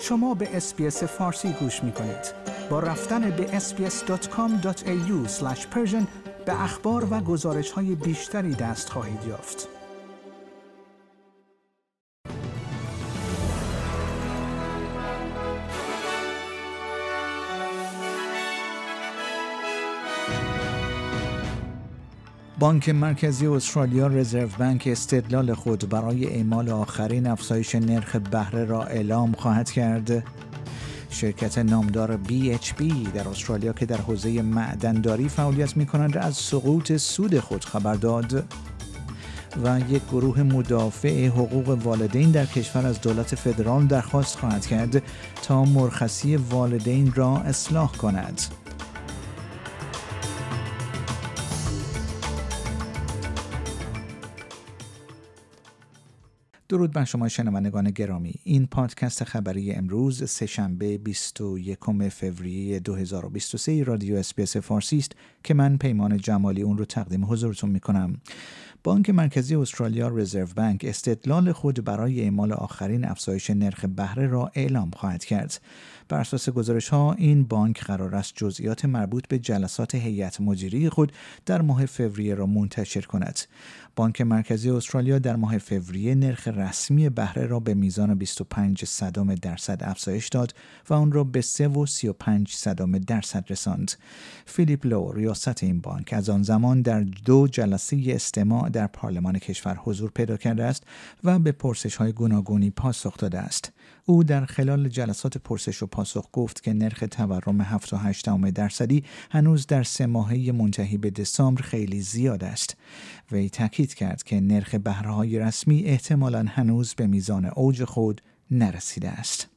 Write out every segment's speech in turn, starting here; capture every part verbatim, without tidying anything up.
شما به اس‌بی‌اس فارسی گوش می‌کنید. با رفتن به اس بی اس دات کام دات ای یو اسلش پرشن به اخبار و گزارش‌های بیشتری دست خواهید یافت. بانک مرکزی استرالیا رزرو بانک استدلال خود برای اعمال آخرین افزایش نرخ بهره را اعلام خواهد کرد. شرکت نامدار بی اچ پی در استرالیا که در حوزه معدنداری فعالیت می‌کند از سقوط سود خود خبر داد. و یک گروه مدافع حقوق والدین در کشور از دولت فدرال درخواست خواهد کرد تا مرخصی والدین را اصلاح کند. درود بر شما شنوندگان گرامی. این پادکست خبری امروز سه‌شنبه بیست و یکم فوریه دو هزار و بیست و سه رادیو اس‌بی‌اس فارسی است که من پیمان جمالی اون رو تقدیم حضورتون میکنم. بانک مرکزی استرالیا رزرو بانک استدلال خود برای اعمال آخرین افزایش نرخ بهره را اعلام خواهد کرد. بر اساس گزارش‌ها این بانک قرار است جزئیات مربوط به جلسات هیئت مدیره خود در ماه فوریه را منتشر کند. بانک مرکزی استرالیا در ماه فوریه نرخ رسمی بهره را به میزان بیست و پنج صدم درصد افزایش داد و آن را به سه و سی و پنج صدم درصد رساند. فیلیپ لو ریاست این بانک از آن زمان در دو جلسه استماع در پارلمان کشور حضور پیدا کرده است و به پرسش‌های گوناگونی پاسخ داده است. او در خلال جلسات پرسش و پاسخ گفت که نرخ تورم هفت و هشت دهم درصدی هنوز در سه ماهه منتهی به دسامبر خیلی زیاد است. وی تاکید کرد که نرخ بهره‌های رسمی احتمالاً هنوز به میزان اوج خود نرسیده است.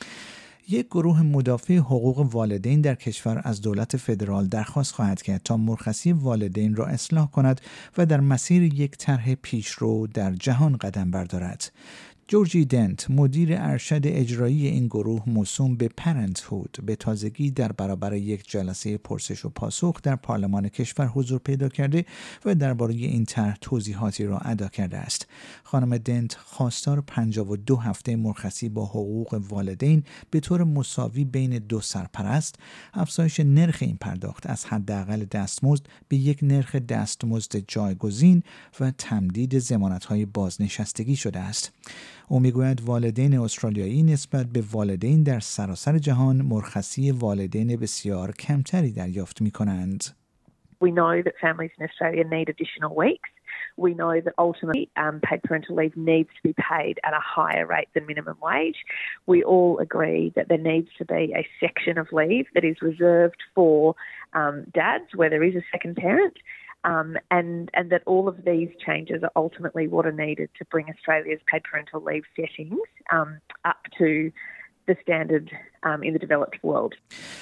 یک گروه مدافع حقوق والدین در کشور از دولت فدرال درخواست خواهد کرد تا مرخصی والدین را اصلاح کند و در مسیر یک طرح پیشرو در جهان قدم بردارد. جورجی دنت، مدیر ارشد اجرایی این گروه موسوم به پرنتهود، به تازگی در برابر یک جلسه پرسش و پاسخ در پارلمان کشور حضور پیدا کرده و درباره این طرح توضیحاتی را ادا کرده است. خانم دنت خواستار پنجاه و دو هفته مرخصی با حقوق والدین به طور مساوی بین دو سرپرست، افزایش نرخ این پرداخت از حداقل دستمزد به یک نرخ دستمزد جایگزین و تمدید ضمانت‌های بازنشستگی شده است. او میگوید والدین استرالیایی نسبت به والدین در سراسر جهان مرخصی والدین بسیار کمتری دریافت می‌کنند. We know that families in Australia need additional weeks. We know that ultimately um, paid parental leave needs to be paid at a higher rate than minimum wage. We all agree that there needs to be a section of leave that is reserved for um, dads where there is a second parent. Um, and, and that all of these changes are ultimately what are needed to bring Australia's paid parental leave settings um, up to the standard um, in the developed world.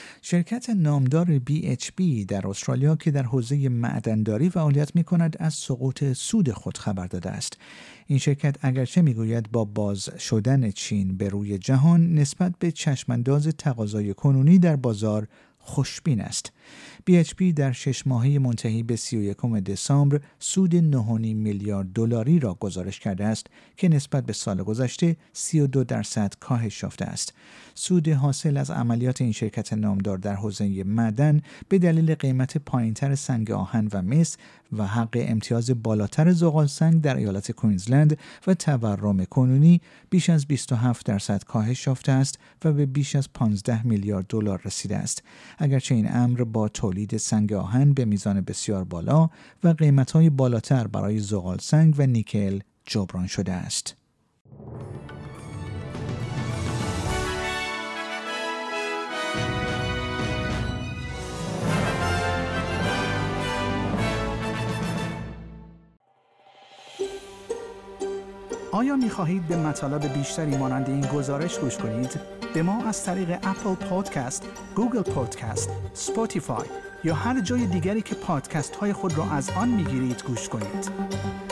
شرکت نامدار بی اچ پی در استرالیا که در حوزه معدنداری فعالیت می‌کند از سقوط سود خود خبر داده است. این شرکت اگرچه می‌گوید با باز شدن چین به روی جهان نسبت به چشمانداز تقاضای کنونی در بازار خوشبین است. بی اچ پی در شش ماهه منتهی به سی و یکم دسامبر سود نه و نیم میلیارد دلاری را گزارش کرده است که نسبت به سال گذشته سی و دو درصد کاهش یافته است. سود حاصل از عملیات این شرکت نامدار در حوزه معدن به دلیل قیمت پایینتر سنگ آهن و مس و حق امتیاز بالاتر زغال سنگ در ایالت کوینزلند و تورم کنونی بیش از بیست و هفت درصد کاهش یافته است و به بیش از پانزده میلیارد دلار رسیده است. اگرچه این امر با تولید سنگ آهن به میزان بسیار بالا و قیمت‌های بالاتر برای زغال سنگ و نیکل جبران شده است. آیا می‌خواهید به مطالب بیشتری مانند این گزارش گوش کنید؟ به ما از طریق اپل پادکست، گوگل پادکست، اسپاتیفای یا هر جای دیگری که پادکست های خود را از آن می‌گیرید گوش کنید.